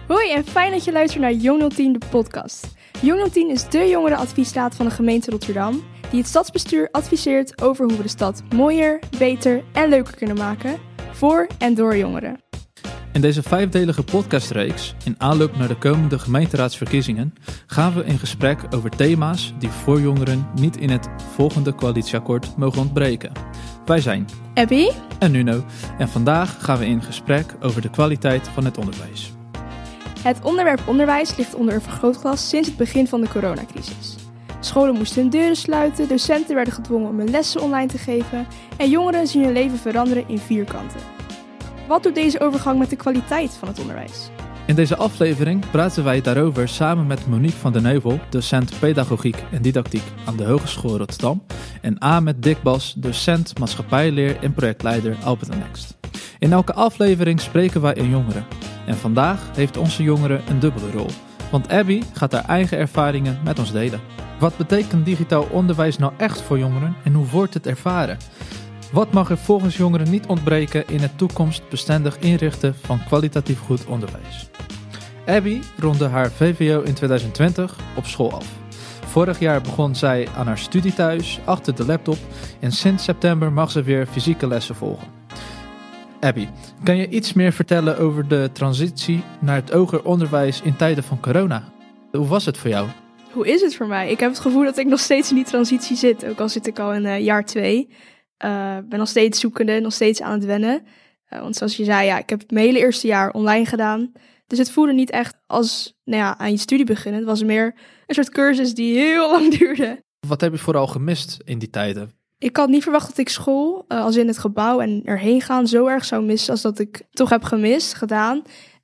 Hoi en fijn dat je luistert naar Jong 010, de podcast. Jong 010 is dé jongerenadviesraad van de gemeente Rotterdam, die het stadsbestuur adviseert over hoe we de stad mooier, beter en leuker kunnen maken, voor en door jongeren. In deze 5-delige podcastreeks, in aanloop naar de komende gemeenteraadsverkiezingen, gaan we in gesprek over thema's die voor jongeren niet in het volgende coalitieakkoord mogen ontbreken. Wij zijn Abby en Nuno en vandaag gaan we in gesprek over de kwaliteit van het onderwijs. Het onderwerp onderwijs ligt onder een vergrootglas sinds het begin van de coronacrisis. Scholen moesten hun deuren sluiten, docenten werden gedwongen om hun lessen online te geven en jongeren zien hun leven veranderen in 4 kanten. Wat doet deze overgang met de kwaliteit van het onderwijs? In deze aflevering praten wij daarover samen met Monique van den Heuvel, docent pedagogiek en didactiek aan de Hogeschool Rotterdam, en met Dick Bas, docent maatschappijleer en projectleider Albert & Next. In elke aflevering spreken wij een jongere. En vandaag heeft onze jongere een dubbele rol, want Abby gaat haar eigen ervaringen met ons delen. Wat betekent digitaal onderwijs nou echt voor jongeren en hoe wordt het ervaren? Wat mag er volgens jongeren niet ontbreken in het toekomstbestendig inrichten van kwalitatief goed onderwijs? Abby ronde haar VWO in 2020 op school af. Vorig jaar begon zij aan haar studie thuis, achter de laptop, en sinds september mag ze weer fysieke lessen volgen. Abby, kan je iets meer vertellen over de transitie naar het hoger onderwijs in tijden van corona? Hoe was het voor jou? Hoe is het voor mij? Ik heb het gevoel dat ik nog steeds in die transitie zit, ook al zit ik al in jaar 2. Ik ben nog steeds zoekende, nog steeds aan het wennen. Want zoals je zei, ik heb mijn hele eerste jaar online gedaan. Dus het voelde niet echt als aan je studie beginnen. Het was meer een soort cursus die heel lang duurde. Wat heb je vooral gemist in die tijden? Ik had niet verwacht dat ik school, als in het gebouw en erheen gaan, zo erg zou missen als dat ik toch heb gedaan.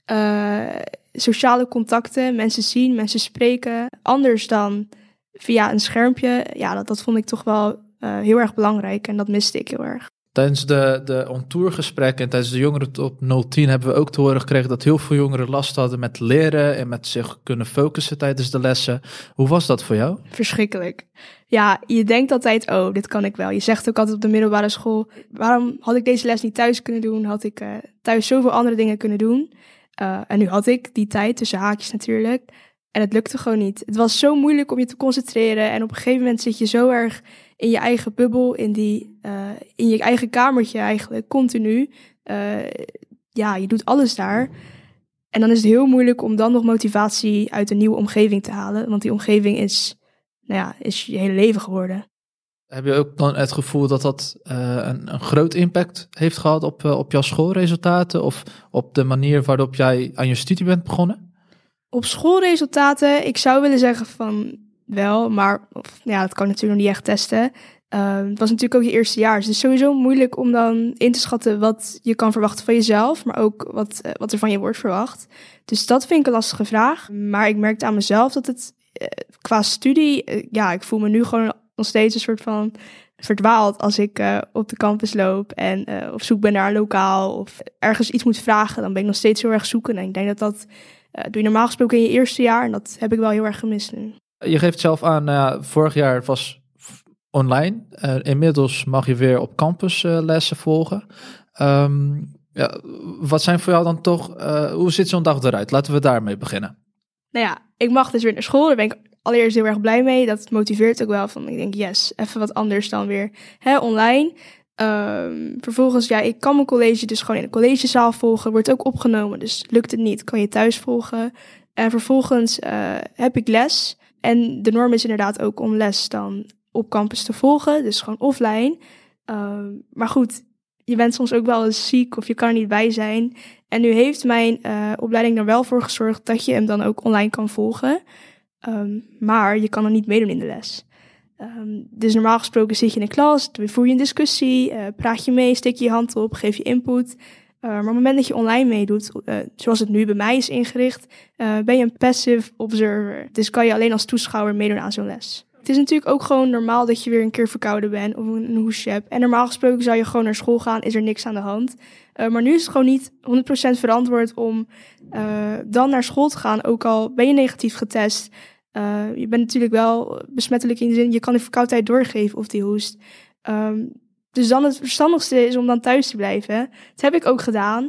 Sociale contacten, mensen zien, mensen spreken. Anders dan via een schermpje. Ja, dat vond ik toch wel heel erg belangrijk en dat miste ik heel erg. Tijdens de ontourgesprekken en tijdens de jongerentop 010 hebben we ook te horen gekregen dat heel veel jongeren last hadden met leren en met zich kunnen focussen tijdens de lessen. Hoe was dat voor jou? Verschrikkelijk. Ja, je denkt altijd, dit kan ik wel. Je zegt ook altijd op de middelbare school, waarom had ik deze les niet thuis kunnen doen? Had ik thuis zoveel andere dingen kunnen doen? En nu had ik die tijd, tussen haakjes natuurlijk. En het lukte gewoon niet. Het was zo moeilijk om je te concentreren. En op een gegeven moment zit je zo erg in je eigen bubbel, in je eigen kamertje eigenlijk, continu. Je doet alles daar. En dan is het heel moeilijk om dan nog motivatie uit een nieuwe omgeving te halen. Want die omgeving is je hele leven geworden. Heb je ook dan het gevoel dat een groot impact heeft gehad op jouw schoolresultaten? Of op de manier waarop jij aan je studie bent begonnen? Op schoolresultaten, ik zou willen zeggen van wel, maar dat kan ik natuurlijk nog niet echt testen. Het was natuurlijk ook je eerste jaar, dus het is sowieso moeilijk om dan in te schatten wat je kan verwachten van jezelf, maar ook wat er van je wordt verwacht. Dus dat vind ik een lastige vraag. Maar ik merkte aan mezelf dat het qua studie, ik voel me nu gewoon nog steeds een soort van verdwaald als ik op de campus loop en op zoek ben naar een lokaal of ergens iets moet vragen. Dan ben ik nog steeds heel erg zoekende. En ik denk dat doe je normaal gesproken in je eerste jaar en dat heb ik wel heel erg gemist nu. Je geeft zelf aan, vorig jaar was online. Inmiddels mag je weer op campus lessen volgen. Wat zijn voor jou dan toch, hoe ziet zo'n dag eruit? Laten we daarmee beginnen. Ik mag dus weer naar school. Daar ben ik allereerst heel erg blij mee. Dat motiveert ook wel van, ik denk yes, even wat anders dan weer online. Vervolgens, ik kan mijn college dus gewoon in de collegezaal volgen. Wordt ook opgenomen, dus lukt het niet, kan je thuis volgen. En vervolgens heb ik les. En de norm is inderdaad ook om les dan op campus te volgen, dus gewoon offline. Maar goed, je bent soms ook wel eens ziek of je kan er niet bij zijn. En nu heeft mijn opleiding er wel voor gezorgd dat je hem dan ook online kan volgen. Maar je kan er niet meedoen in de les. Dus normaal gesproken zit je in de klas, voer je een discussie, praat je mee, steek je je hand op, geef je input. Maar op het moment dat je online meedoet, zoals het nu bij mij is ingericht, ben je een passive observer. Dus kan je alleen als toeschouwer meedoen aan zo'n les. Het is natuurlijk ook gewoon normaal dat je weer een keer verkouden bent of een hoesje hebt. En normaal gesproken zou je gewoon naar school gaan, is er niks aan de hand. Maar nu is het gewoon niet 100% verantwoord om dan naar school te gaan, ook al ben je negatief getest. Je bent natuurlijk wel besmettelijk in de zin, je kan de verkoudheid doorgeven of die hoest. Dus dan het verstandigste is om dan thuis te blijven. Dat heb ik ook gedaan.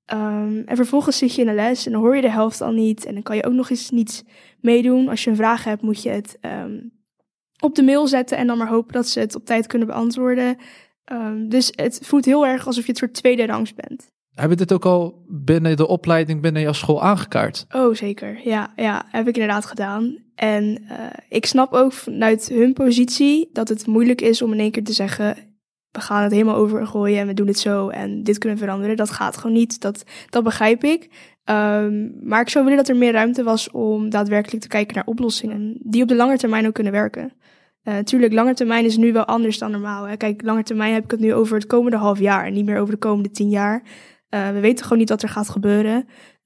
En vervolgens zit je in de les en dan hoor je de helft al niet. En dan kan je ook nog eens niets meedoen. Als je een vraag hebt, moet je het op de mail zetten en dan maar hopen dat ze het op tijd kunnen beantwoorden. Dus het voelt heel erg alsof je het soort tweede rangs bent. Heb je dit ook al binnen de opleiding, binnen jouw school aangekaart? Oh, zeker. Ja, heb ik inderdaad gedaan. En ik snap ook vanuit hun positie dat het moeilijk is om in één keer te zeggen, we gaan het helemaal overgooien en we doen het zo en dit kunnen we veranderen. Dat gaat gewoon niet, dat begrijp ik. Maar ik zou willen dat er meer ruimte was om daadwerkelijk te kijken naar oplossingen die op de lange termijn ook kunnen werken. Tuurlijk, lange termijn is nu wel anders dan normaal. Hè. Kijk, lange termijn heb ik het nu over het komende half jaar en niet meer over de komende 10 jaar. We weten gewoon niet wat er gaat gebeuren.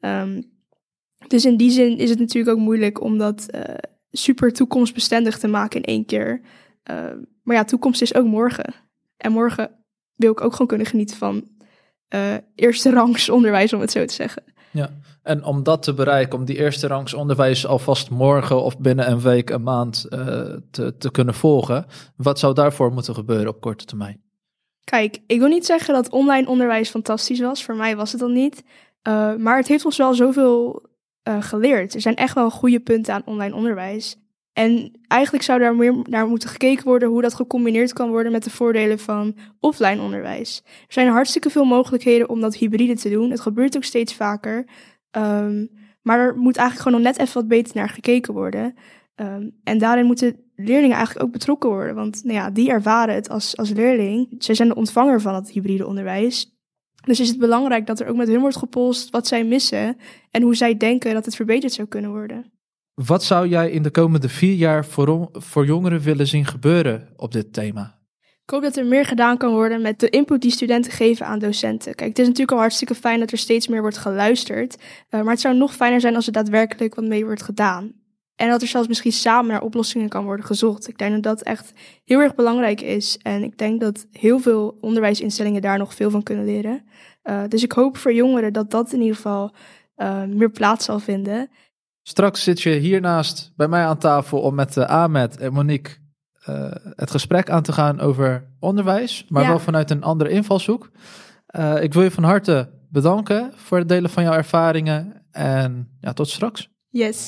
Dus in die zin is het natuurlijk ook moeilijk om dat super toekomstbestendig te maken in één keer. Maar ja, toekomst is ook morgen. En morgen wil ik ook gewoon kunnen genieten van eerste rangs onderwijs, om het zo te zeggen. Ja, en om dat te bereiken, om die eerste rangs onderwijs alvast morgen of binnen een week, een maand te kunnen volgen, wat zou daarvoor moeten gebeuren op korte termijn? Kijk, ik wil niet zeggen dat online onderwijs fantastisch was. Voor mij was het dan niet. Maar het heeft ons wel zoveel geleerd. Er zijn echt wel goede punten aan online onderwijs. En eigenlijk zou daar meer naar moeten gekeken worden hoe dat gecombineerd kan worden met de voordelen van offline onderwijs. Er zijn hartstikke veel mogelijkheden om dat hybride te doen. Het gebeurt ook steeds vaker. Maar er moet eigenlijk gewoon nog net even wat beter naar gekeken worden. En daarin moeten leerlingen eigenlijk ook betrokken worden. Want die ervaren het als leerling. Zij zijn de ontvanger van het hybride onderwijs. Dus is het belangrijk dat er ook met hun wordt gepolst wat zij missen en hoe zij denken dat het verbeterd zou kunnen worden. Wat zou jij in de komende 4 jaar voor jongeren willen zien gebeuren op dit thema? Ik hoop dat er meer gedaan kan worden met de input die studenten geven aan docenten. Kijk, het is natuurlijk al hartstikke fijn dat er steeds meer wordt geluisterd. Maar het zou nog fijner zijn als er daadwerkelijk wat mee wordt gedaan. En dat er zelfs misschien samen naar oplossingen kan worden gezocht. Ik denk dat dat echt heel erg belangrijk is. En ik denk dat heel veel onderwijsinstellingen daar nog veel van kunnen leren. Dus ik hoop voor jongeren dat dat in ieder geval meer plaats zal vinden. Straks zit je hiernaast bij mij aan tafel om met Ahmed en Monique het gesprek aan te gaan over onderwijs. Maar wel vanuit een andere invalshoek. Ik wil je van harte bedanken voor het delen van jouw ervaringen. En tot straks. Yes.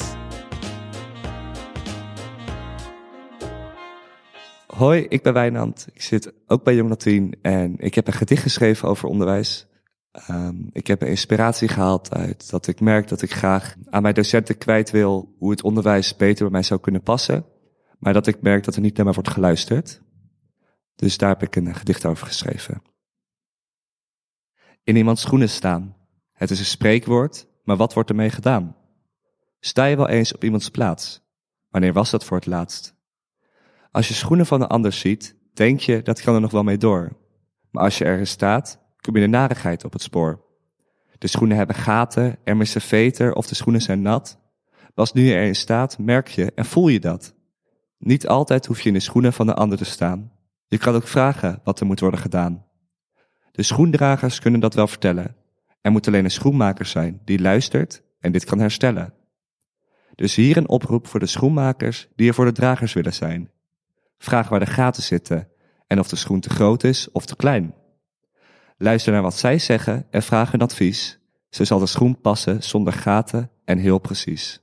Hoi, ik ben Wijnand. Ik zit ook bij Jong Latien en ik heb een gedicht geschreven over onderwijs. Ik heb een inspiratie gehaald uit dat ik merk dat ik graag aan mijn docenten kwijt wil hoe het onderwijs beter bij mij zou kunnen passen. Maar dat ik merk dat er niet naar mij wordt geluisterd. Dus daar heb ik een gedicht over geschreven. In iemands schoenen staan. Het is een spreekwoord, maar wat wordt ermee gedaan? Sta je wel eens op iemands plaats? Wanneer was dat voor het laatst? Als je schoenen van een ander ziet, denk je dat kan er nog wel mee door. Maar als je ergens staat, kom je de narigheid op het spoor. De schoenen hebben gaten, er mist een veter of de schoenen zijn nat. Maar als nu je erin staat, merk je en voel je dat. Niet altijd hoef je in de schoenen van de ander te staan. Je kan ook vragen wat er moet worden gedaan. De schoendragers kunnen dat wel vertellen. Er moet alleen een schoenmaker zijn die luistert en dit kan herstellen. Dus hier een oproep voor de schoenmakers die er voor de dragers willen zijn. Vraag waar de gaten zitten en of de schoen te groot is of te klein. Luister naar wat zij zeggen en vraag een advies. Zo zal de schoen passen zonder gaten en heel precies.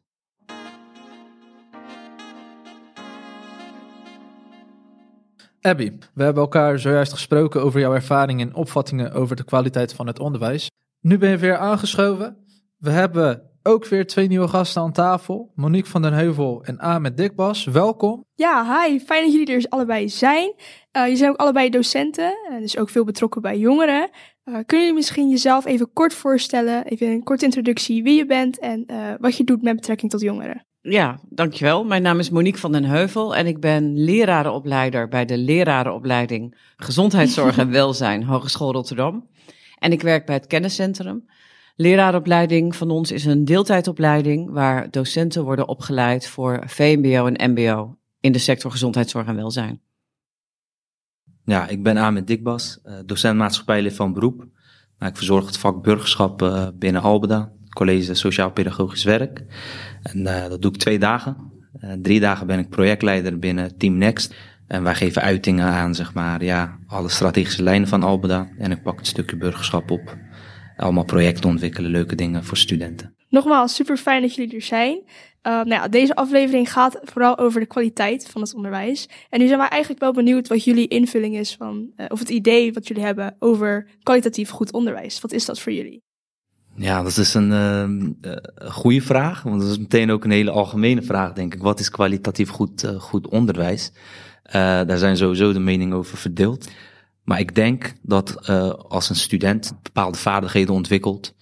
Abby, we hebben elkaar zojuist gesproken over jouw ervaringen en opvattingen over de kwaliteit van het onderwijs. Nu ben je weer aangeschoven. We hebben ook weer 2 nieuwe gasten aan tafel. Monique van den Heuvel en Ahmed Dikbas. Welkom. Ja, hi. Fijn dat jullie er dus allebei zijn. Je zijn ook allebei docenten, dus ook veel betrokken bij jongeren. Kunnen jullie misschien jezelf even kort voorstellen? Even een korte introductie wie je bent en wat je doet met betrekking tot jongeren. Ja, dankjewel. Mijn naam is Monique van den Heuvel en ik ben lerarenopleider bij de lerarenopleiding Gezondheidszorg en Welzijn Hogeschool Rotterdam. En ik werk bij het kenniscentrum. Lerarenopleiding van ons is een deeltijdopleiding waar docenten worden opgeleid voor VMBO en MBO in de sector gezondheidszorg en welzijn. Ja, ik ben Ahmed Dikbas, docent maatschappijleer van beroep. Ik verzorg het vak burgerschap binnen Albeda, college Sociaal-Pedagogisch Werk. En dat doe ik 2 dagen. 3 dagen ben ik projectleider binnen Team Next. En wij geven uitingen aan, alle strategische lijnen van Albeda. En ik pak het stukje burgerschap op. allemaal projecten ontwikkelen, leuke dingen voor studenten. Nogmaals, super fijn dat jullie er zijn. Deze aflevering gaat vooral over de kwaliteit van het onderwijs. En nu zijn wij eigenlijk wel benieuwd wat jullie invulling is van, of het idee wat jullie hebben over kwalitatief goed onderwijs. Wat is dat voor jullie? Ja, dat is een goede vraag, want dat is meteen ook een hele algemene vraag, denk ik. Wat is kwalitatief goed onderwijs? Daar zijn sowieso de meningen over verdeeld. Maar ik denk dat als een student bepaalde vaardigheden ontwikkelt,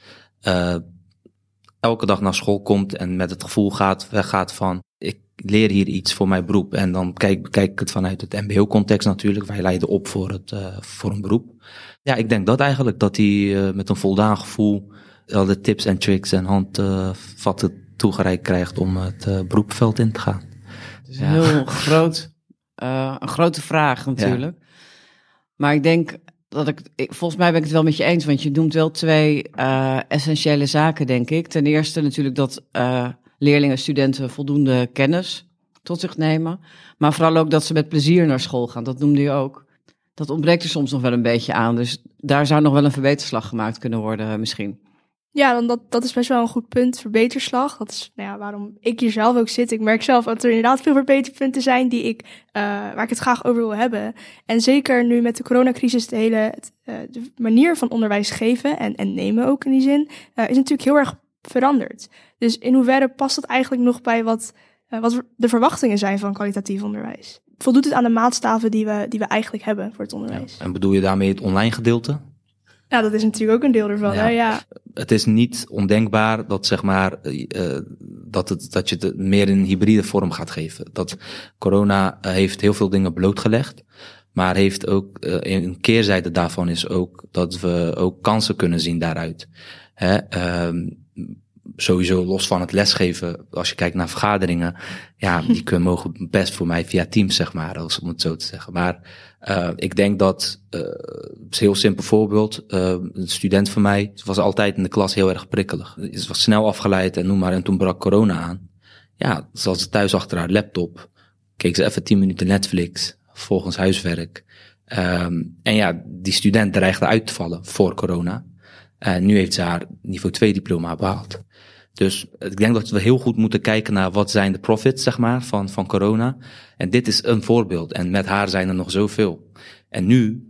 elke dag naar school komt en met het gevoel weggaat van, ik leer hier iets voor mijn beroep. En dan kijk ik het vanuit het mbo-context natuurlijk, wij leiden op voor een beroep. Ja, ik denk dat eigenlijk, dat hij met een voldaan gevoel al de tips en tricks en handvatten toegereikt krijgt om het beroepveld in te gaan. Het is heel groot, een grote vraag natuurlijk. Ja. Maar ik denk dat volgens mij ben ik het wel met je eens, want je noemt wel 2 essentiële zaken, denk ik. Ten eerste natuurlijk dat leerlingen, studenten voldoende kennis tot zich nemen. Maar vooral ook dat ze met plezier naar school gaan, dat noemde je ook. Dat ontbreekt er soms nog wel een beetje aan, dus daar zou nog wel een verbeterslag gemaakt kunnen worden misschien. Ja, dan dat is best wel een goed punt, verbeterslag. Dat is waarom ik hier zelf ook zit. Ik merk zelf dat er inderdaad veel verbeterpunten zijn waar ik het graag over wil hebben. En zeker nu met de coronacrisis de manier van onderwijs geven en nemen ook in die zin, is natuurlijk heel erg veranderd. Dus in hoeverre past dat eigenlijk nog bij wat de verwachtingen zijn van kwalitatief onderwijs? Voldoet het aan de maatstaven die we eigenlijk hebben voor het onderwijs? Ja, en bedoel je daarmee het online gedeelte? Ja, dat is natuurlijk ook een deel ervan. Ja. Hè? Ja. Het is niet ondenkbaar dat dat je het meer in een hybride vorm gaat geven. Dat corona heeft heel veel dingen blootgelegd, maar heeft ook een keerzijde daarvan is ook dat we ook kansen kunnen zien daaruit. Sowieso los van het lesgeven, als je kijkt naar vergaderingen, ja, die mogen best voor mij via Teams, zeg maar, om het zo te zeggen. Maar ik denk dat, het is een heel simpel voorbeeld, een student van mij was altijd in de klas heel erg prikkelig. Ze was snel afgeleid en noem maar, en toen brak corona aan. Ja, zat ze thuis achter haar laptop, keek ze even 10 minuten Netflix, volgens huiswerk. En ja, die student dreigde uit te vallen voor corona. En nu heeft ze haar niveau 2 diploma behaald. Dus ik denk dat we heel goed moeten kijken naar wat zijn de profits, zeg maar, van corona. En dit is een voorbeeld. En met haar zijn er nog zoveel. En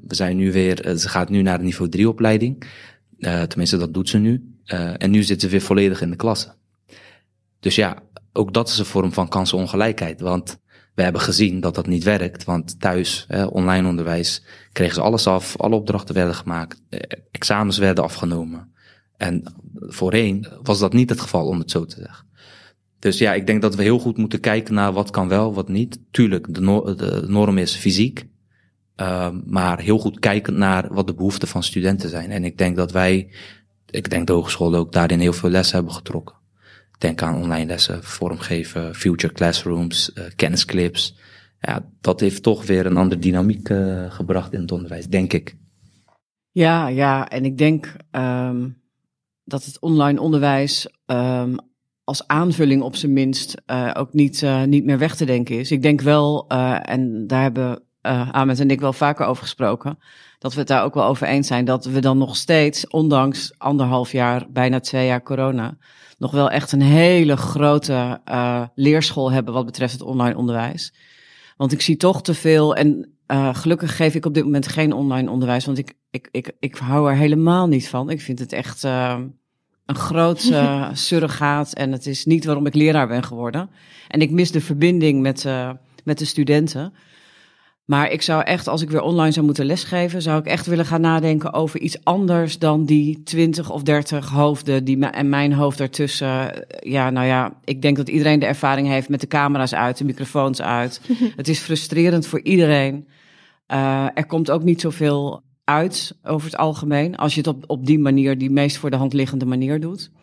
ze gaat nu naar de niveau 3 opleiding. Tenminste, dat doet ze nu. En nu zit ze weer volledig in de klasse. Dus ja, ook dat is een vorm van kansenongelijkheid. Want we hebben gezien dat dat niet werkt. Want thuis, online onderwijs, kregen ze alles af. Alle opdrachten werden gemaakt. Examens werden afgenomen. En voorheen was dat niet het geval, om het zo te zeggen. Dus ja, ik denk dat we heel goed moeten kijken naar wat kan wel, wat niet. Tuurlijk, de norm is fysiek. Maar heel goed kijken naar wat de behoeften van studenten zijn. En ik denk dat de hogescholen ook daarin heel veel lessen hebben getrokken. Denk aan online lessen, vormgeven, future classrooms, kennisclips. Ja, dat heeft toch weer een andere dynamiek gebracht in het onderwijs, denk ik. Ja, en ik denk dat het online onderwijs als aanvulling op zijn minst ook niet meer weg te denken is. Ik denk wel, en daar hebben Ahmed en ik wel vaker over gesproken, dat we het daar ook wel over eens zijn, dat we dan nog steeds, ondanks 1,5 jaar, bijna 2 jaar corona, nog wel echt een hele grote leerschool hebben wat betreft het online onderwijs. Want ik zie toch te veel, en gelukkig geef ik op dit moment geen online onderwijs, want ik hou er helemaal niet van. Ik vind het echt een groot surrogaat en het is niet waarom ik leraar ben geworden. En ik mis de verbinding met de studenten. Maar ik zou echt, als ik weer online zou moeten lesgeven, zou ik echt willen gaan nadenken over iets anders dan die 20 of 30 hoofden en mijn hoofd daartussen. Ik denk dat iedereen de ervaring heeft met de camera's uit, de microfoons uit. Het is frustrerend voor iedereen. Er komt ook niet zoveel uit over het algemeen, als je het op die manier, die meest voor de hand liggende manier doet.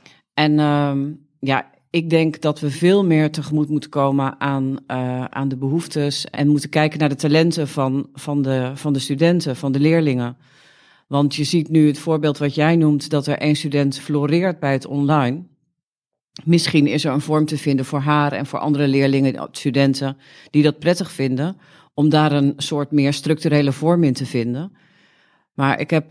En ik denk dat we veel meer tegemoet moeten komen aan de behoeftes en moeten kijken naar de talenten van de studenten, van de leerlingen. Want je ziet nu het voorbeeld wat jij noemt, dat er 1 student floreert bij het online. Misschien is er een vorm te vinden voor haar en voor andere leerlingen, studenten, die dat prettig vinden, om daar een soort meer structurele vorm in te vinden. Maar ik heb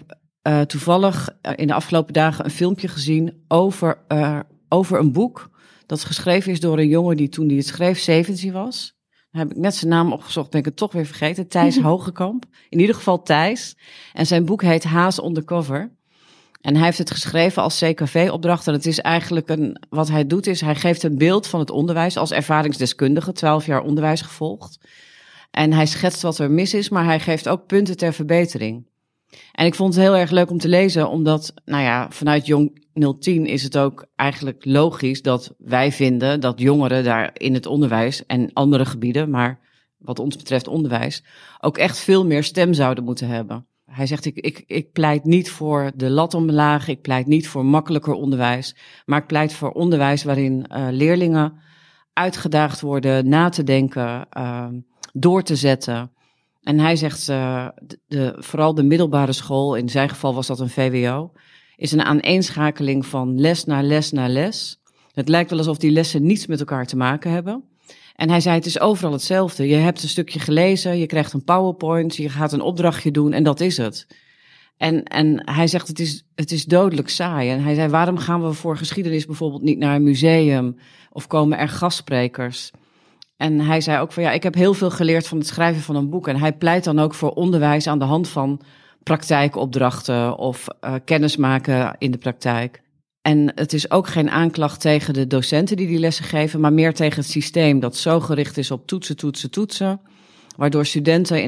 toevallig in de afgelopen dagen een filmpje gezien over een boek dat geschreven is door een jongen die toen hij het schreef 17 was. Dan heb ik net zijn naam opgezocht, ben ik het toch weer vergeten. Thijs Hogekamp. In ieder geval Thijs. En zijn boek heet Haas Undercover. En hij heeft het geschreven als CKV-opdracht. En het is eigenlijk wat hij doet is, hij geeft een beeld van het onderwijs als ervaringsdeskundige, 12 jaar onderwijs gevolgd. En hij schetst wat er mis is, maar hij geeft ook punten ter verbetering. En ik vond het heel erg leuk om te lezen, omdat, vanuit Jong 010 is het ook eigenlijk logisch dat wij vinden dat jongeren daar in het onderwijs en andere gebieden, maar wat ons betreft onderwijs, ook echt veel meer stem zouden moeten hebben. Hij zegt, ik pleit niet voor de lat omlaag, ik pleit niet voor makkelijker onderwijs, maar ik pleit voor onderwijs waarin leerlingen uitgedaagd worden na te denken, door te zetten. En hij zegt, vooral de middelbare school, in zijn geval was dat een VWO, is een aaneenschakeling van les naar les naar les. Het lijkt wel alsof die lessen niets met elkaar te maken hebben. En hij zei, het is overal hetzelfde. Je hebt een stukje gelezen, je krijgt een PowerPoint, je gaat een opdrachtje doen en dat is het. En hij zegt, het is dodelijk saai. En hij zei, waarom gaan we voor geschiedenis bijvoorbeeld niet naar een museum of komen er gastsprekers? En hij zei ook van, ik heb heel veel geleerd van het schrijven van een boek. En hij pleit dan ook voor onderwijs aan de hand van praktijkopdrachten of kennismaken in de praktijk. En het is ook geen aanklacht tegen de docenten die lessen geven, maar meer tegen het systeem dat zo gericht is op toetsen, waardoor docenten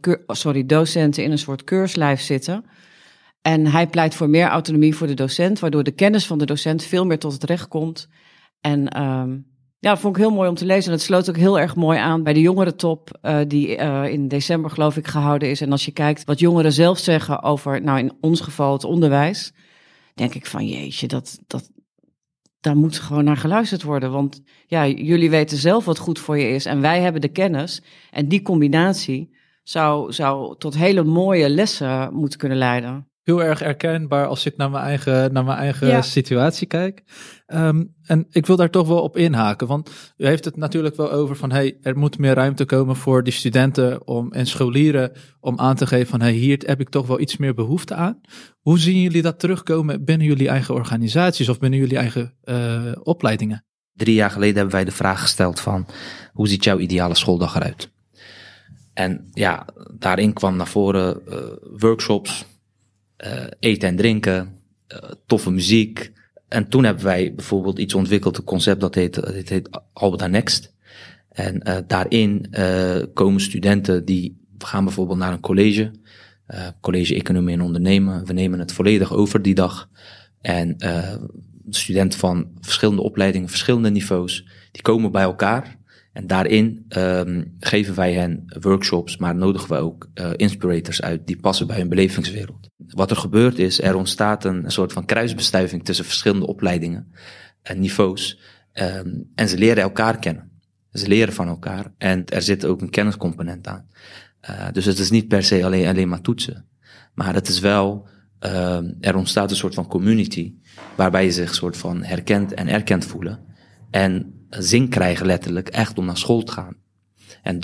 in een soort keurslijf zitten. En hij pleit voor meer autonomie voor de docent, waardoor de kennis van de docent veel meer tot het recht komt. En dat vond ik heel mooi om te lezen. En het sloot ook heel erg mooi aan bij de jongerentop die in december geloof ik gehouden is. En als je kijkt wat jongeren zelf zeggen over, in ons geval het onderwijs, denk ik van jeetje, daar moet gewoon naar geluisterd worden. Want jullie weten zelf wat goed voor je is en wij hebben de kennis. En die combinatie zou tot hele mooie lessen moeten kunnen leiden. Heel erg herkenbaar als ik naar mijn eigen situatie kijk. En ik wil daar toch wel op inhaken, want u heeft het natuurlijk wel over van er moet meer ruimte komen voor die studenten en scholieren om aan te geven van hier heb ik toch wel iets meer behoefte aan. Hoe zien jullie dat terugkomen binnen jullie eigen organisaties of binnen jullie eigen opleidingen? 3 jaar geleden hebben wij de vraag gesteld van hoe ziet jouw ideale schooldag eruit? En daarin kwam naar voren workshops, eten en drinken, toffe muziek. En toen hebben wij bijvoorbeeld iets ontwikkeld, een concept dat heet Albeda Next. En daarin komen studenten die gaan bijvoorbeeld naar een college Economie en Ondernemen. We nemen het volledig over die dag. En studenten van verschillende opleidingen, verschillende niveaus, die komen bij elkaar. En daarin geven wij hen workshops, maar nodigen we ook inspirators uit die passen bij hun belevingswereld. Wat er gebeurt is, er ontstaat een soort van kruisbestuiving tussen verschillende opleidingen en niveaus. En ze leren elkaar kennen. Ze leren van elkaar en er zit ook een kenniscomponent aan. Dus het is niet per se alleen maar toetsen. Maar het is wel, er ontstaat een soort van community waarbij je zich soort van herkend en erkend voelen. En zin krijgen letterlijk echt om naar school te gaan. En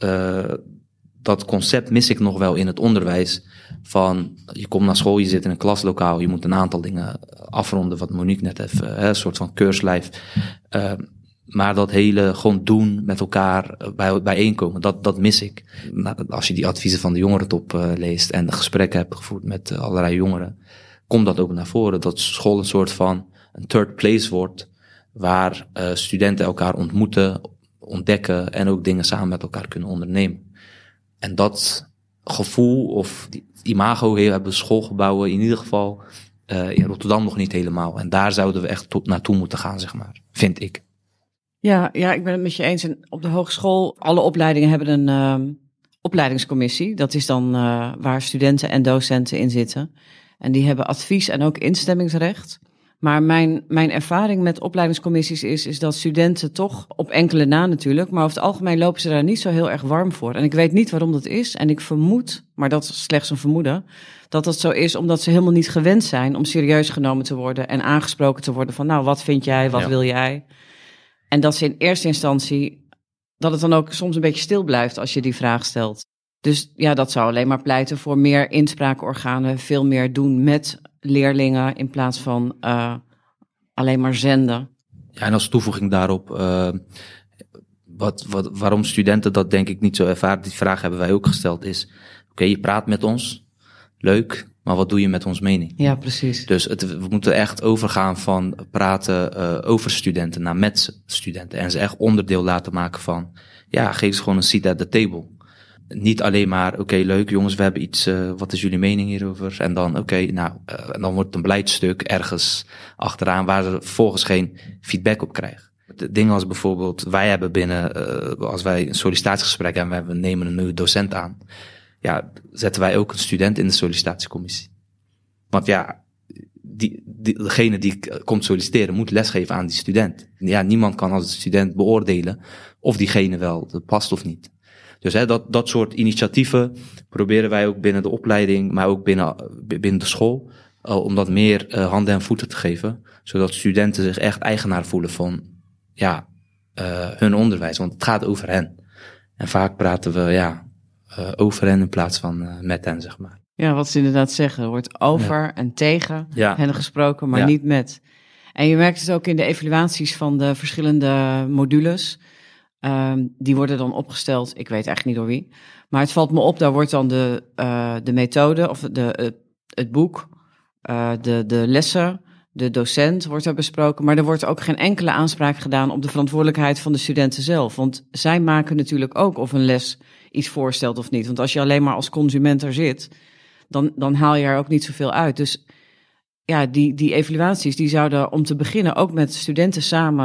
dat concept mis ik nog wel in het onderwijs. Van je komt naar school, je zit in een klaslokaal, je moet een aantal dingen afronden, wat Monique net even, een soort van keurslijf. Maar dat hele gewoon doen met elkaar, bijeenkomen, dat mis ik. Als je die adviezen van de jongerentop leest en gesprekken hebt gevoerd met allerlei jongeren, komt dat ook naar voren. Dat school een soort van een third place wordt, waar studenten elkaar ontmoeten, ontdekken en ook dingen samen met elkaar kunnen ondernemen. En dat gevoel of die imago hebben schoolgebouwen in ieder geval in Rotterdam nog niet helemaal. En daar zouden we echt naartoe moeten gaan, zeg maar, vind ik. Ja, ik ben het met je eens. En op de hogeschool, alle opleidingen hebben een opleidingscommissie. Dat is dan waar studenten en docenten in zitten. En die hebben advies en ook instemmingsrecht. Maar mijn ervaring met opleidingscommissies is dat studenten toch, op enkele na natuurlijk, maar over het algemeen lopen ze daar niet zo heel erg warm voor. En ik weet niet waarom dat is. En ik vermoed, maar dat is slechts een vermoeden, dat dat zo is omdat ze helemaal niet gewend zijn om serieus genomen te worden en aangesproken te worden van wat vind jij, wat wil jij? En dat ze in eerste instantie, dat het dan ook soms een beetje stil blijft als je die vraag stelt. Dus ja, dat zou alleen maar pleiten voor meer inspraakorganen, veel meer doen met leerlingen in plaats van alleen maar zenden. Ja, en als toevoeging daarop, waarom studenten dat denk ik niet zo ervaren, die vraag hebben wij ook gesteld, is oké, je praat met ons, leuk, maar wat doe je met ons mening? Ja, precies. Dus we moeten echt overgaan van praten over studenten naar met studenten en ze echt onderdeel laten maken van, ja, geef ze gewoon een seat at the table. Niet alleen maar, oké, leuk jongens, we hebben iets, wat is jullie mening hierover? En dan, en dan wordt een beleidstuk ergens achteraan waar ze vervolgens geen feedback op krijgen. De dingen als bijvoorbeeld, wij hebben binnen, als wij een sollicitatiegesprek hebben, we nemen een nieuwe docent aan. Ja, zetten wij ook een student in de sollicitatiecommissie. Want ja, degene die komt solliciteren moet lesgeven aan die student. Ja, niemand kan als student beoordelen of diegene wel past of niet. Dus dat soort initiatieven proberen wij ook binnen de opleiding, maar ook binnen de school, om dat meer handen en voeten te geven, zodat studenten zich echt eigenaar voelen van hun onderwijs, want het gaat over hen. En vaak praten we over hen in plaats van met hen, zeg maar. Ja, wat ze inderdaad zeggen, er wordt over en tegen hen gesproken, maar niet met. En je merkt het ook in de evaluaties van de verschillende modules. Die worden dan opgesteld, ik weet eigenlijk niet door wie. Maar het valt me op, daar wordt dan de methode of het boek, de lessen, de docent wordt er besproken. Maar er wordt ook geen enkele aanspraak gedaan op de verantwoordelijkheid van de studenten zelf. Want zij maken natuurlijk ook of een les iets voorstelt of niet. Want als je alleen maar als consument er zit, dan haal je er ook niet zoveel uit. Dus ja, die evaluaties die zouden om te beginnen ook met studenten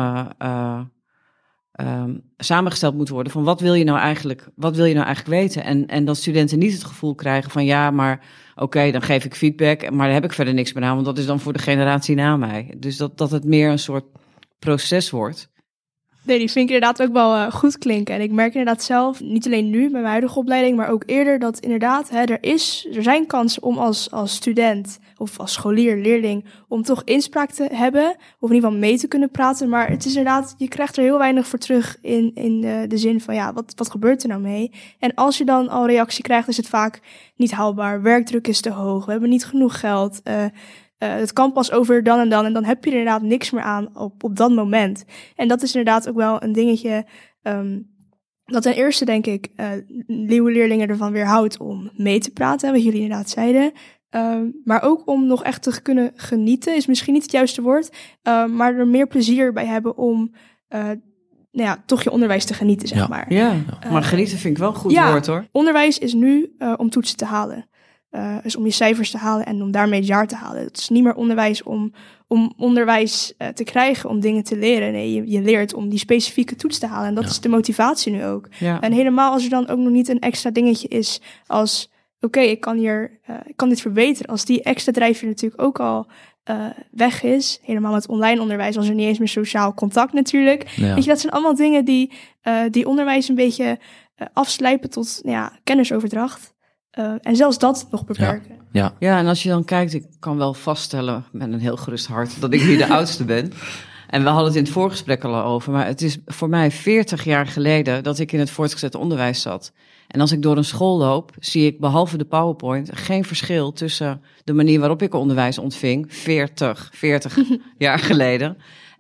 samengesteld moeten worden van wat wil je nou eigenlijk weten? En dat studenten niet het gevoel krijgen van ja, maar oké, dan geef ik feedback, maar daar heb ik verder niks meer aan, want dat is dan voor de generatie na mij. Dus dat het meer een soort proces wordt. Nee, die vind ik inderdaad ook wel goed klinken. En ik merk inderdaad zelf, niet alleen nu met mijn huidige opleiding, maar ook eerder dat inderdaad, er zijn kansen om als student of als scholier, leerling, om toch inspraak te hebben, of in ieder geval mee te kunnen praten. Maar het is inderdaad, je krijgt er heel weinig voor terug in de zin van, ja, wat gebeurt er nou mee? En als je dan al reactie krijgt, is het vaak niet haalbaar. Werkdruk is te hoog, we hebben niet genoeg geld, het kan pas over dan en dan heb je er inderdaad niks meer aan op dat moment. En dat is inderdaad ook wel een dingetje dat ten eerste, denk ik, nieuwe leerlingen ervan weerhoudt om mee te praten, wat jullie inderdaad zeiden. Maar ook om nog echt te kunnen genieten, is misschien niet het juiste woord, maar er meer plezier bij hebben om toch je onderwijs te genieten, zeg maar. Ja, maar genieten vind ik wel een goed woord, hoor. Onderwijs is nu om toetsen te halen. Dus om je cijfers te halen en om daarmee het jaar te halen. Het is niet meer onderwijs om onderwijs te krijgen, om dingen te leren. Nee, je leert om die specifieke toets te halen. En dat is de motivatie nu ook. Ja. En helemaal als er dan ook nog niet een extra dingetje is als, oké, ik kan dit verbeteren. Als die extra drijfveer natuurlijk ook al weg is. Helemaal met online onderwijs, als er niet eens meer sociaal contact natuurlijk. Ja. Weet je, dat zijn allemaal dingen die onderwijs een beetje afslijpen tot kennisoverdracht. En zelfs dat nog beperken. Ja, en als je dan kijkt, ik kan wel vaststellen met een heel gerust hart dat ik hier de oudste ben. En we hadden het in het voorgesprek al over, maar het is voor mij 40 jaar geleden dat ik in het voortgezet onderwijs zat. En als ik door een school loop, zie ik behalve de PowerPoint geen verschil tussen de manier waarop ik onderwijs ontving, 40 jaar geleden,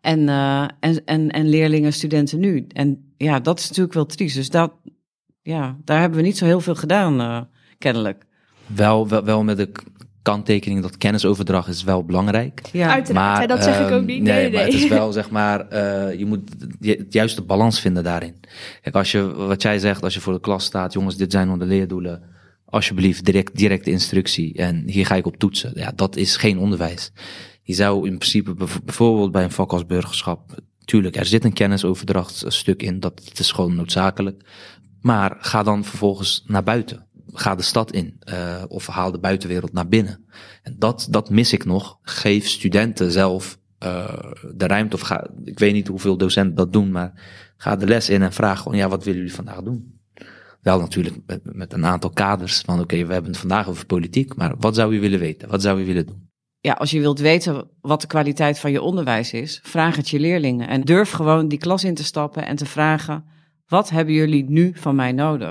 en leerlingen, studenten nu. En ja, dat is natuurlijk wel triest. Dus daar hebben we niet zo heel veel gedaan, kennelijk. Wel met de kanttekening dat kennisoverdracht is wel belangrijk. Ja, uiteraard. Maar, dat zeg ik ook niet. Nee. Maar het is wel, zeg maar, je moet het juiste balans vinden daarin. Kijk, wat jij zegt, als je voor de klas staat, jongens, dit zijn onze leerdoelen, alsjeblieft, directe instructie en hier ga ik op toetsen. Ja, dat is geen onderwijs. Je zou in principe bijvoorbeeld bij een vak als burgerschap, tuurlijk, er zit een kennisoverdrachtstuk in, dat is gewoon noodzakelijk. Maar ga dan vervolgens naar buiten. Ga de stad in of haal de buitenwereld naar binnen. En dat mis ik nog. Geef studenten zelf de ruimte. Of ik weet niet hoeveel docenten dat doen, maar ga de les in en vraag gewoon, wat willen jullie vandaag doen? Wel natuurlijk met een aantal kaders van oké, we hebben het vandaag over politiek, maar wat zou u willen weten? Wat zou u willen doen? Ja, als je wilt weten wat de kwaliteit van je onderwijs is, vraag het je leerlingen. En durf gewoon die klas in te stappen en te vragen, wat hebben jullie nu van mij nodig?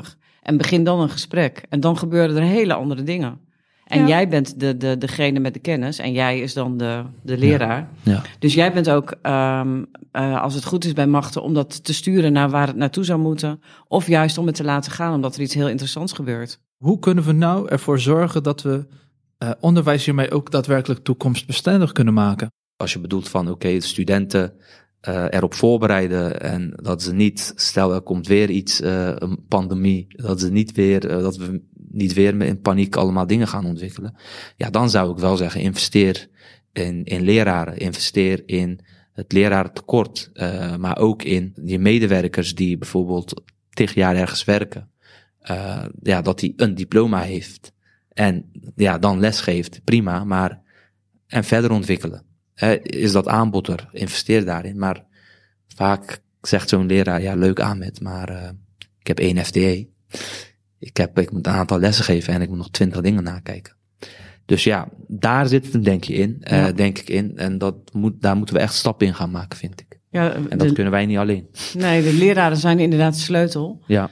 En begin dan een gesprek. En dan gebeuren er hele andere dingen. En jij bent degene met de kennis en jij is dan de leraar. Ja. Dus jij bent ook, als het goed is bij machten, om dat te sturen naar waar het naartoe zou moeten. Of juist om het te laten gaan, omdat er iets heel interessants gebeurt. Hoe kunnen we nou ervoor zorgen dat we onderwijs hiermee ook daadwerkelijk toekomstbestendig kunnen maken? Als je bedoelt van oké, studenten erop voorbereiden en dat ze niet, stel er komt weer iets, een pandemie, dat ze niet weer, dat we niet weer in paniek allemaal dingen gaan ontwikkelen. Ja, dan zou ik wel zeggen, investeer in leraren, investeer in het lerarentekort, maar ook in je medewerkers die bijvoorbeeld 10 jaar ergens werken. Dat hij een diploma heeft en dan lesgeeft, prima, maar en verder ontwikkelen. Is dat aanbod er? Investeer daarin. Maar vaak zegt zo'n leraar, ja, leuk Ahmed, maar ik heb 1 FTE. Ik moet een aantal lessen geven en ik moet nog 20 dingen nakijken. Dus ja, daar zit het denk ik in. En daar moeten we echt stappen in gaan maken, vind ik. Ja, en dat kunnen wij niet alleen. Nee, de leraren zijn inderdaad de sleutel. Ja.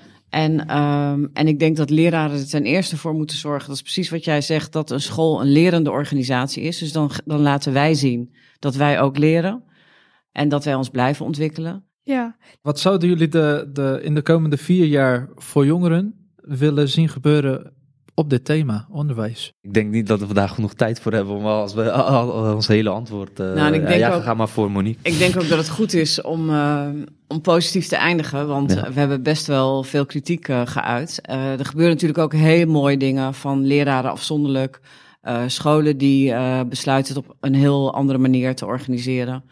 En ik denk dat leraren er ten eerste voor moeten zorgen, dat is precies wat jij zegt, dat een school een lerende organisatie is. Dus dan laten wij zien dat wij ook leren en dat wij ons blijven ontwikkelen. Ja. Wat zouden jullie in de komende 4 jaar voor jongeren willen zien gebeuren op dit thema, onderwijs? Ik denk niet dat we daar genoeg tijd voor hebben om ons hele antwoord... ga maar voor, Monique. Ik denk ook dat het goed is om positief te eindigen, want we hebben best wel veel kritiek geuit. Er gebeuren natuurlijk ook heel mooie dingen van leraren afzonderlijk, scholen die besluiten het op een heel andere manier te organiseren.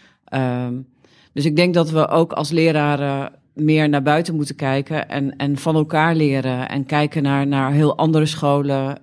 Dus ik denk dat we ook als leraren meer naar buiten moeten kijken en van elkaar leren en kijken naar heel andere scholen.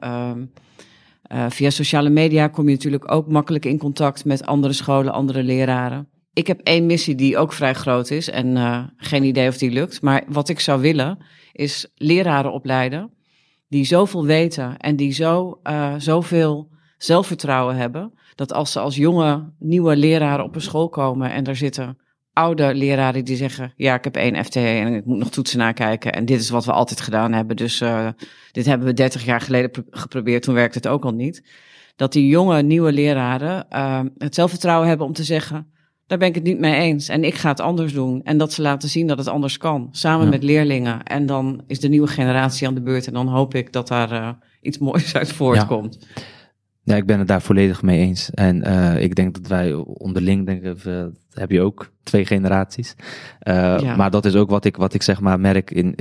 Via sociale media kom je natuurlijk ook makkelijk in contact met andere scholen, andere leraren. Ik heb 1 missie die ook vrij groot is en geen idee of die lukt. Maar wat ik zou willen is leraren opleiden die zoveel weten en die zoveel zelfvertrouwen hebben, dat als ze als jonge, nieuwe leraren op een school komen en daar zitten oude leraren die zeggen, ja, ik heb 1 FTE en ik moet nog toetsen nakijken en dit is wat we altijd gedaan hebben, dus dit hebben we 30 jaar geleden geprobeerd, toen werkte het ook al niet. Dat die jonge, nieuwe leraren het zelfvertrouwen hebben om te zeggen, daar ben ik het niet mee eens en ik ga het anders doen. En dat ze laten zien dat het anders kan, samen met leerlingen. En dan is de nieuwe generatie aan de beurt en dan hoop ik dat daar iets moois uit voortkomt. Ja, ik ben het daar volledig mee eens. En ik denk dat wij onderling, heb je ook 2 generaties. Maar dat is ook wat ik zeg maar merk in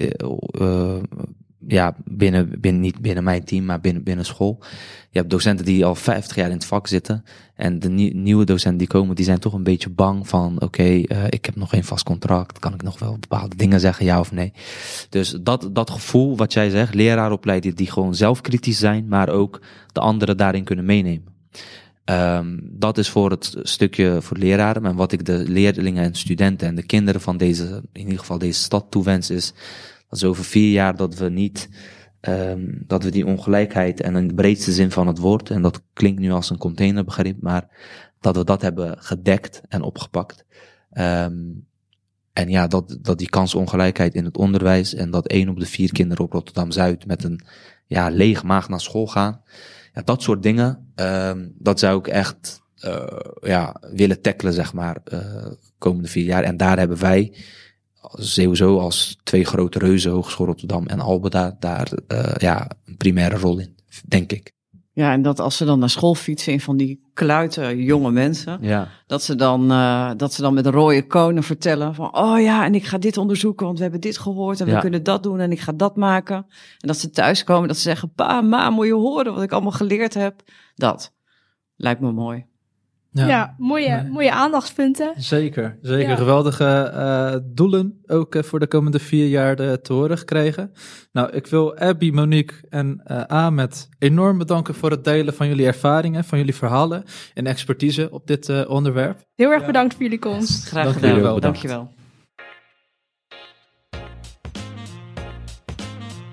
niet binnen mijn team, maar binnen school. Je hebt docenten die al 50 jaar in het vak zitten. En de nieuwe docenten die komen, die zijn toch een beetje bang van, oké, ik heb nog geen vast contract. Kan ik nog wel bepaalde dingen zeggen, ja of nee? Dus dat gevoel wat jij zegt, leraaropleidingen die gewoon zelfkritisch zijn, maar ook de anderen daarin kunnen meenemen. Dat is voor het stukje voor leraren. En wat ik de leerlingen en studenten en de kinderen van in ieder geval deze stad toewens is, dat is over 4 jaar dat we niet, dat we die ongelijkheid en in de breedste zin van het woord, en dat klinkt nu als een containerbegrip, maar dat we dat hebben gedekt en opgepakt. En ja, dat die kansongelijkheid in het onderwijs en dat 1 op de 4 kinderen op Rotterdam-Zuid met een lege maag naar school gaan. Ja, dat soort dingen, dat zou ik echt willen tackelen, zeg maar, komende 4 jaar. En daar hebben wij sowieso als 2 grote reuzen, Hogeschool Rotterdam en Albeda, daar een primaire rol in, denk ik. Ja, en dat als ze dan naar school fietsen in van die kluiten jonge mensen, dat ze dan met rode konen vertellen van, oh ja, en ik ga dit onderzoeken, want we hebben dit gehoord en we kunnen dat doen en ik ga dat maken. En dat ze thuiskomen, dat ze zeggen, pa, ma, moet je horen wat ik allemaal geleerd heb. Dat lijkt me mooi. Ja, mooie aandachtspunten. Zeker. Geweldige doelen ook voor de komende 4 jaar te horen gekregen. Nou, ik wil Abby, Monique en Ahmed enorm bedanken voor het delen van jullie ervaringen, van jullie verhalen en expertise op dit onderwerp. Heel erg bedankt voor jullie komst. Graag gedaan. Dankjewel.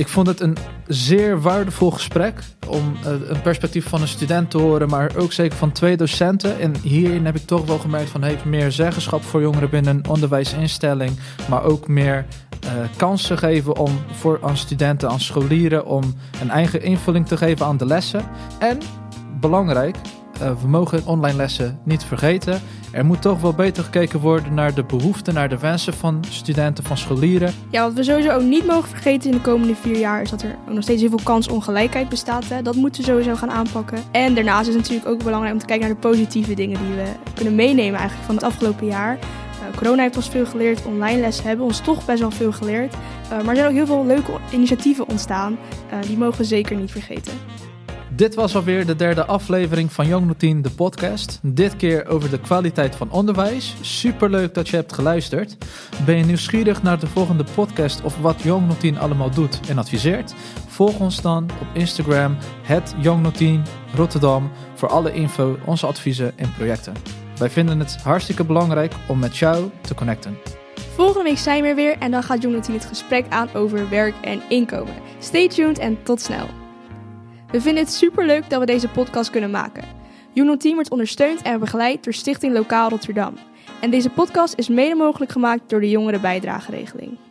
Ik vond het een zeer waardevol gesprek om een perspectief van een student te horen, maar ook zeker van 2 docenten. En hierin heb ik toch wel gemerkt van heeft meer zeggenschap voor jongeren binnen een onderwijsinstelling, maar ook meer kansen geven aan studenten, aan scholieren, om een eigen invulling te geven aan de lessen. En belangrijk, we mogen online lessen niet vergeten. Er moet toch wel beter gekeken worden naar de behoeften, naar de wensen van studenten, van scholieren. Ja, wat we sowieso ook niet mogen vergeten in de komende 4 jaar is dat er ook nog steeds heel veel kansongelijkheid bestaat. Hè. Dat moeten we sowieso gaan aanpakken. En daarnaast is het natuurlijk ook belangrijk om te kijken naar de positieve dingen die we kunnen meenemen eigenlijk van het afgelopen jaar. Corona heeft ons veel geleerd, online lessen hebben ons toch best wel veel geleerd. Maar er zijn ook heel veel leuke initiatieven ontstaan. Die mogen we zeker niet vergeten. Dit was alweer de 3e aflevering van Young 010, de podcast. Dit keer over de kwaliteit van onderwijs. Superleuk dat je hebt geluisterd. Ben je nieuwsgierig naar de volgende podcast of wat Young 010 allemaal doet en adviseert? Volg ons dan op Instagram, Young 010 Rotterdam, voor alle info, onze adviezen en projecten. Wij vinden het hartstikke belangrijk om met jou te connecten. Volgende week zijn we weer en dan gaat Young 010 het gesprek aan over werk en inkomen. Stay tuned en tot snel. We vinden het superleuk dat we deze podcast kunnen maken. Young 010 wordt ondersteund en begeleid door Stichting Lokaal Rotterdam. En deze podcast is mede mogelijk gemaakt door de Jongerenbijdrageregeling.